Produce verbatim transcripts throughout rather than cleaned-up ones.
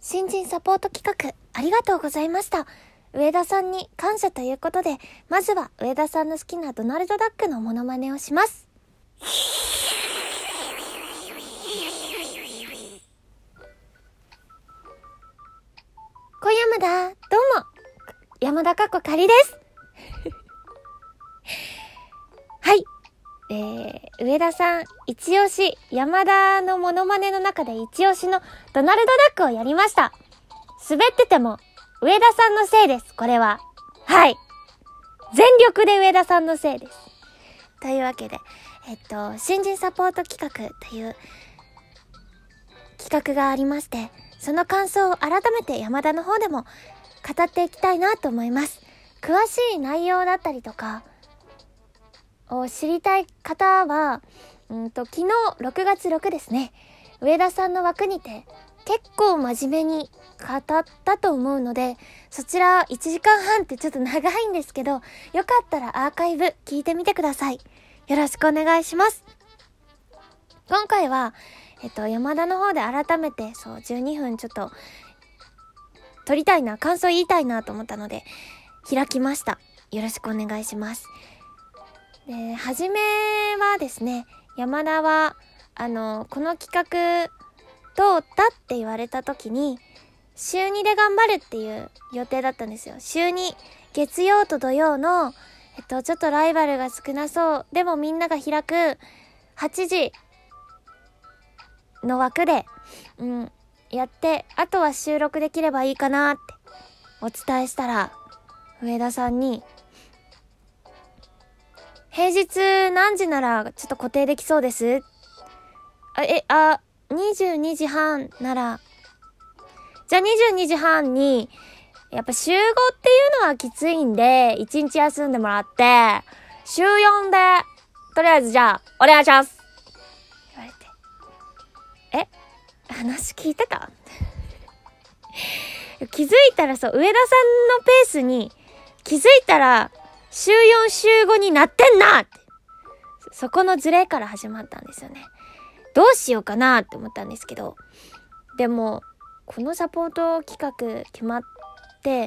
新人サポート企画ありがとうございました。上田さんに感謝ということで、まずは上田さんの好きなドナルドダックのモノマネをします。小山田、どうも山田かっこかりですはい、えー、上田さん一押し、山田のモノマネの中で一押しのドナルドダックをやりました。滑ってても上田さんのせいです。これははい、全力で上田さんのせいです。というわけで、えっと新人サポート企画という企画がありまして、その感想を改めて山田の方でも語っていきたいなと思います。詳しい内容だったりとかを知りたい方は、うんと昨日ろくがつろくですね、上田さんの枠にて結構真面目に語ったと思うので、そちらいちじかんはんってちょっと長いんですけど、よかったらアーカイブ聞いてみてください。よろしくお願いします。今回はえっと山田の方で改めてそうじゅうにふんちょっと撮りたいな、感想言いたいなと思ったので開きました。よろしくお願いします。で、初めはですね、山田はあのこの企画どうだって言われた時に週にで頑張るっていう予定だったんですよ。週に、月曜と土曜のえっとちょっとライバルが少なそうでもみんなが開くはちじの枠で、うん、やって、あとは収録できればいいかなってお伝えしたら、上田さんに平日何時ならちょっと固定できそうです。あ、え、あ、にじゅうにじはんなら、じゃあにじゅうにじはんに、やっぱ週ごっていうのはきついんで、いちにち休んでもらって、週よんで、とりあえずじゃあ、お願いします言われて。え、話聞いてた気づいたらそう、上田さんのペースに、気づいたら、週よん、週ごになってんなって。そこのズレから始まったんですよね。どうしようかなって思ったんですけど、でもこのサポート企画決まって、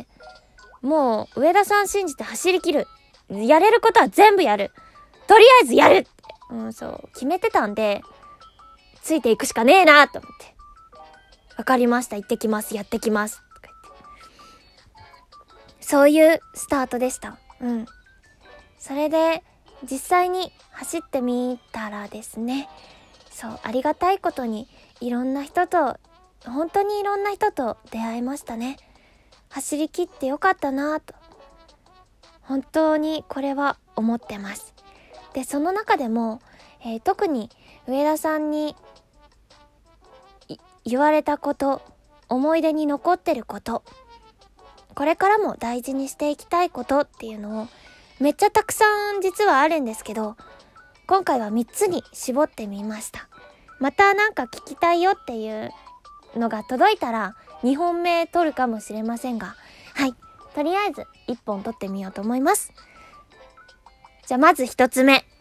もう上田さん信じて走り切る、やれることは全部やる、とりあえずやるって、うん、そう決めてたんで、ついていくしかねえなと思って、わかりました、行ってきます、やってきますとか言って、そういうスタートでした。うん。それで実際に走ってみたらですね、そうありがたいことにいろんな人と、本当にいろんな人と出会いましたね。走り切ってよかったなと本当にこれは思ってます。で、その中でも、えー、特に上田さんに言われたこと、思い出に残ってること、これからも大事にしていきたいことっていうのをめっちゃたくさん実はあるんですけど、今回はみっつに絞ってみました。またなんか聞きたいよっていうのが届いたらにほんめ撮るかもしれませんが、はい、とりあえずいっぽん撮ってみようと思います。じゃあまずひとつめ、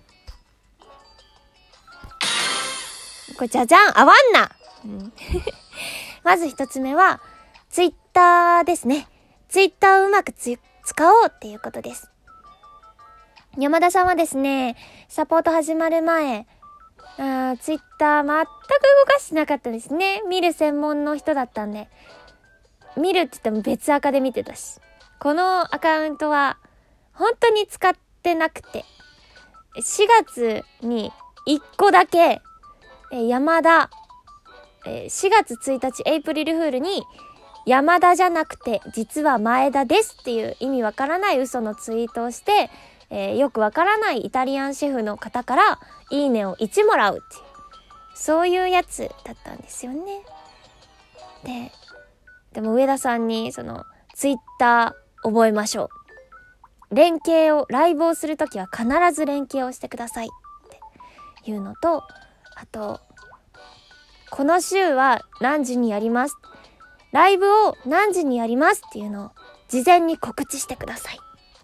これじゃじゃん、合わんな、うん、まずひとつめはツイッターですね。ツイッターをうまくつ使おうっていうことです。山田さんはですね、サポート始まる前、あツイッター全く動かしてなかったですね。見る専門の人だったんで、見るって言っても別アカで見てたし、このアカウントは本当に使ってなくて、しがつにいっこだけ山田、しがつついたちエイプリルフールに山田じゃなくて実は前田ですっていう意味わからない嘘のツイートをして、えー、よくわからないイタリアンシェフの方からいいねをいちもらうっていう、そういうやつだったんですよね。で、でも上田さんにそのツイッター覚えましょう、連携を、ライブをするときは必ず連携をしてくださいっていうのと、あとこの週は何時にやります、ライブを何時にやりますっていうのを事前に告知してください。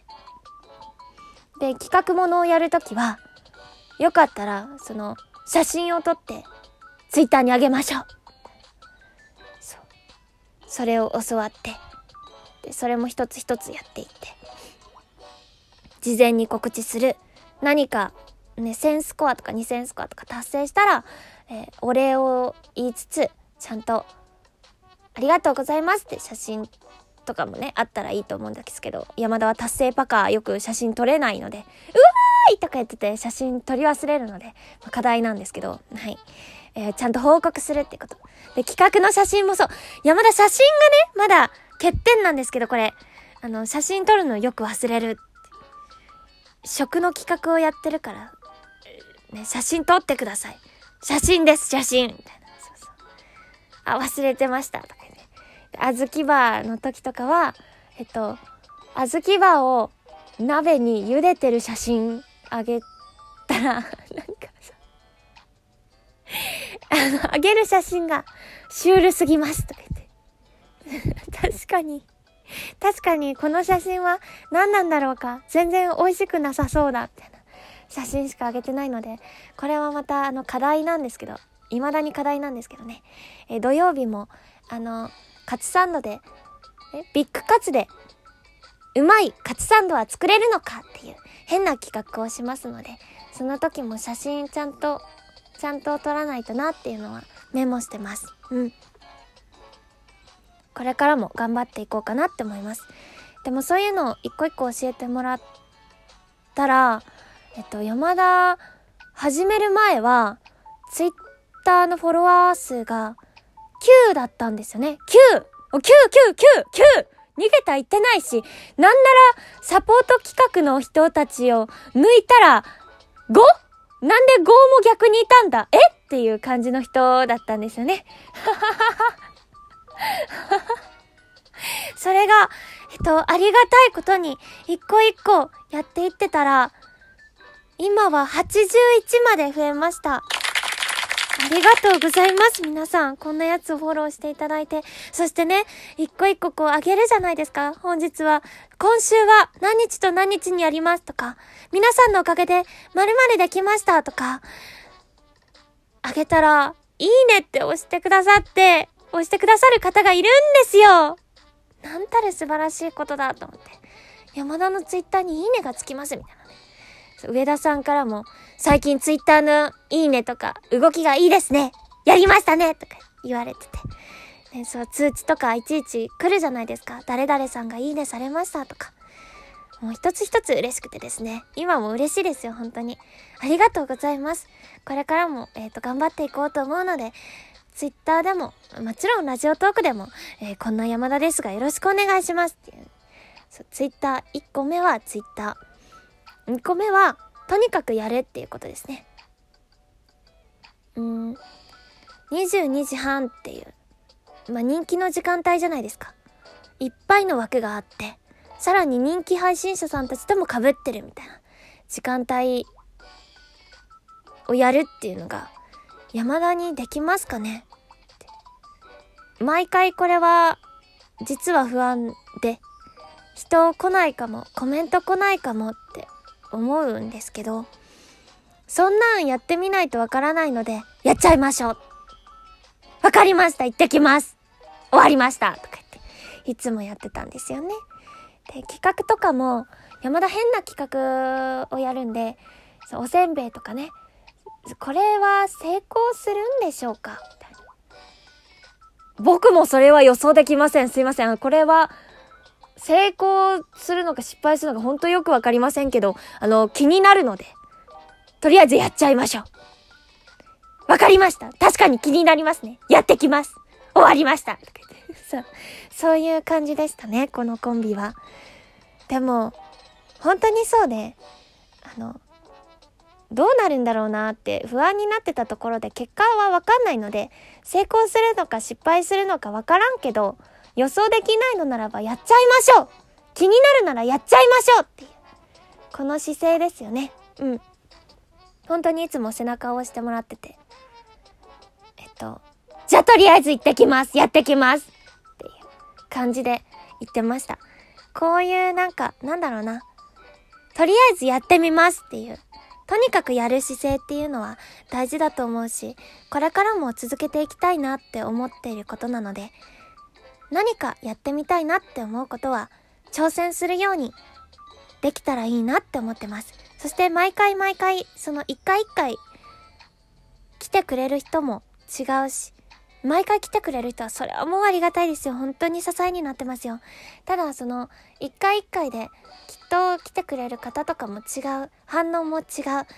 で、企画ものをやるときはよかったらその写真を撮ってツイッターに上げましょう。そう、 それを教わって、でそれも一つ一つやっていって、事前に告知する。何かね、せんスコアとかにせんスコアとか達成したら、えー、お礼を言いつつ、ちゃんとありがとうございますって写真とかもねあったらいいと思うんですけど、山田は達成パカよく写真撮れないので、うわーいとか言ってて写真撮り忘れるので、まあ、課題なんですけど、はい、えー、ちゃんと報告するってことで、企画の写真もそう、山田写真がねまだ欠点なんですけど、これあの写真撮るのよく忘れる。食の企画をやってるから、ね、写真撮ってください、写真です写真みたいな、そうそう、あ忘れてましたとか言って、小豆バーの時とかはえっと小豆バーを鍋に茹でてる写真あげたらなんかさあのあげる写真がシュールすぎますとか言って確かに確かにこの写真は何なんだろうか、全然美味しくなさそうだみたいな写真しかあげてないので、これはまたあの課題なんですけど、未だに課題なんですけどね、え土曜日もあのカツサンドでえビッグカツでうまいカツサンドは作れるのかっていう変な企画をしますので、その時も写真ちゃんとちゃんと撮らないとなっていうのはメモしてます。うん。これからも頑張っていこうかなって思います。でもそういうのを一個一個教えてもらったら、えっと山田始める前はツイッターのフォロワー数がきゅうだったんですよね。きゅう !きゅう、きゅう、きゅう、きゅう! 逃げた言ってないし、なんならサポート企画の人たちを抜いたら ご? なんでごも逆にいたんだえっていう感じの人だったんですよね。それが、えっと、ありがたいことに一個一個やっていってたら、今ははちじゅういちまで増えました。ありがとうございます。皆さん、こんなやつをフォローしていただいて。そしてね、一個一個こうあげるじゃないですか。本日は、今週は何日と何日にやりますとか、皆さんのおかげで〇〇できましたとか、あげたら、いいねって押してくださって、押してくださる方がいるんですよ。なんたる素晴らしいことだと思って。山田のツイッターにいいねがつきますみたいなね。上田さんからも、最近ツイッターのいいねとか動きがいいですね、やりましたねとか言われてて、ね、そう通知とかいちいち来るじゃないですか。誰々さんがいいねされましたとか、もう一つ一つ嬉しくてですね、今も嬉しいですよ本当に。ありがとうございます。これからも、えーと、頑張っていこうと思うので、ツイッターでももちろんラジオトークでも、えー、こんな山田ですがよろしくお願いしますっていう。そうツイッターいっこめはツイッター、にこめはとにかくやるっていうことですね。うーんにじゅうにじはんっていう、まあ、人気の時間帯じゃないですか。いっぱいの枠があって、さらに人気配信者さんたちとも被ってるみたいな時間帯をやるっていうのが山田にできますかねって。毎回これは実は不安で、人来ないかも、コメント来ないかもって思うんですけど、そんなんやってみないとわからないので、やっちゃいましょう。わかりました、行ってきます、終わりましたとか言っていつもやってたんですよね。で企画とかも山田変な企画をやるんで、おせんべいとかね、これは成功するんでしょうかみたいな。僕もそれは予想できません。すいません。これは成功するのか失敗するのか本当よくわかりませんけど、あの気になるのでとりあえずやっちゃいましょう。わかりました、確かに気になりますね、やってきます、終わりましたとか言ってそう、そういう感じでしたね、このコンビは。でも本当にそうで、あのどうなるんだろうなって不安になってたところで結果はわかんないので、成功するのか失敗するのかわからんけど、予想できないのならばやっちゃいましょう、気になるならやっちゃいましょうっていうこの姿勢ですよね。うん、本当にいつも背中を押してもらってて、えっとじゃあとりあえず行ってきます、やってきますっていう感じで言ってました。こういうなんかなんだろうな、とりあえずやってみますっていう、とにかくやる姿勢っていうのは大事だと思うし、これからも続けていきたいなって思っていることなので、 何かやってみたいなって思うことは挑戦するようにできたらいいなって思ってます。そして毎回毎回その一回一回来てくれる人も違うし、毎回来てくれる人はそれはもうありがたいですよ。本当に支えになってますよ。ただその一回一回できっと来てくれる方とかも違う、反応も違う、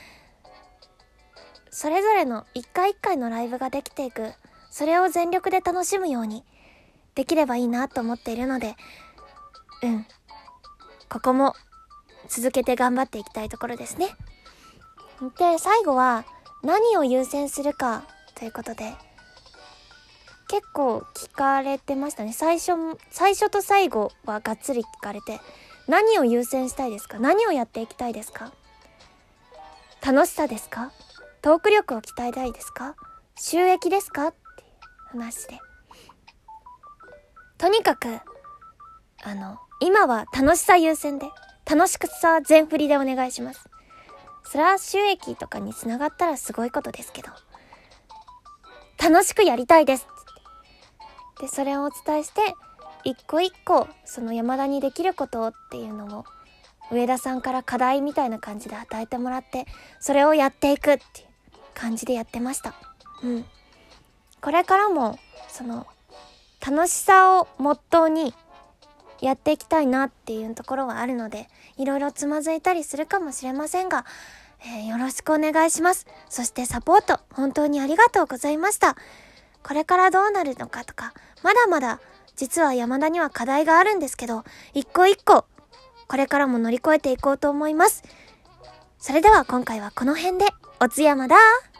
それぞれの一回一回のライブができていく、それを全力で楽しむようにできればいいなと思っているので、うんここも続けて頑張っていきたいところですね。で、最後は何を優先するかということで、結構聞かれてましたね。最初最初と最後はがっつり聞かれて、何を優先したいですか、何をやっていきたいですか、楽しさですか、トーク力を鍛えたいですか、収益ですかっていう話で、とにかくあの今は楽しさ優先で、楽しくさ全振りでお願いします。それは収益とかにつながったらすごいことですけど、楽しくやりたいですってで、それをお伝えして一個一個その山田にできることっていうのを上田さんから課題みたいな感じで与えてもらって、それをやっていくっていう感じでやってました。うんこれからもその楽しさをモットーにやっていきたいなっていうところはあるので、いろいろつまずいたりするかもしれませんが、えー、よろしくお願いします。そしてサポート本当にありがとうございました。これからどうなるのかとか、まだまだ実は山田には課題があるんですけど、一個一個これからも乗り越えていこうと思います。それでは今回はこの辺で、おつやまだ。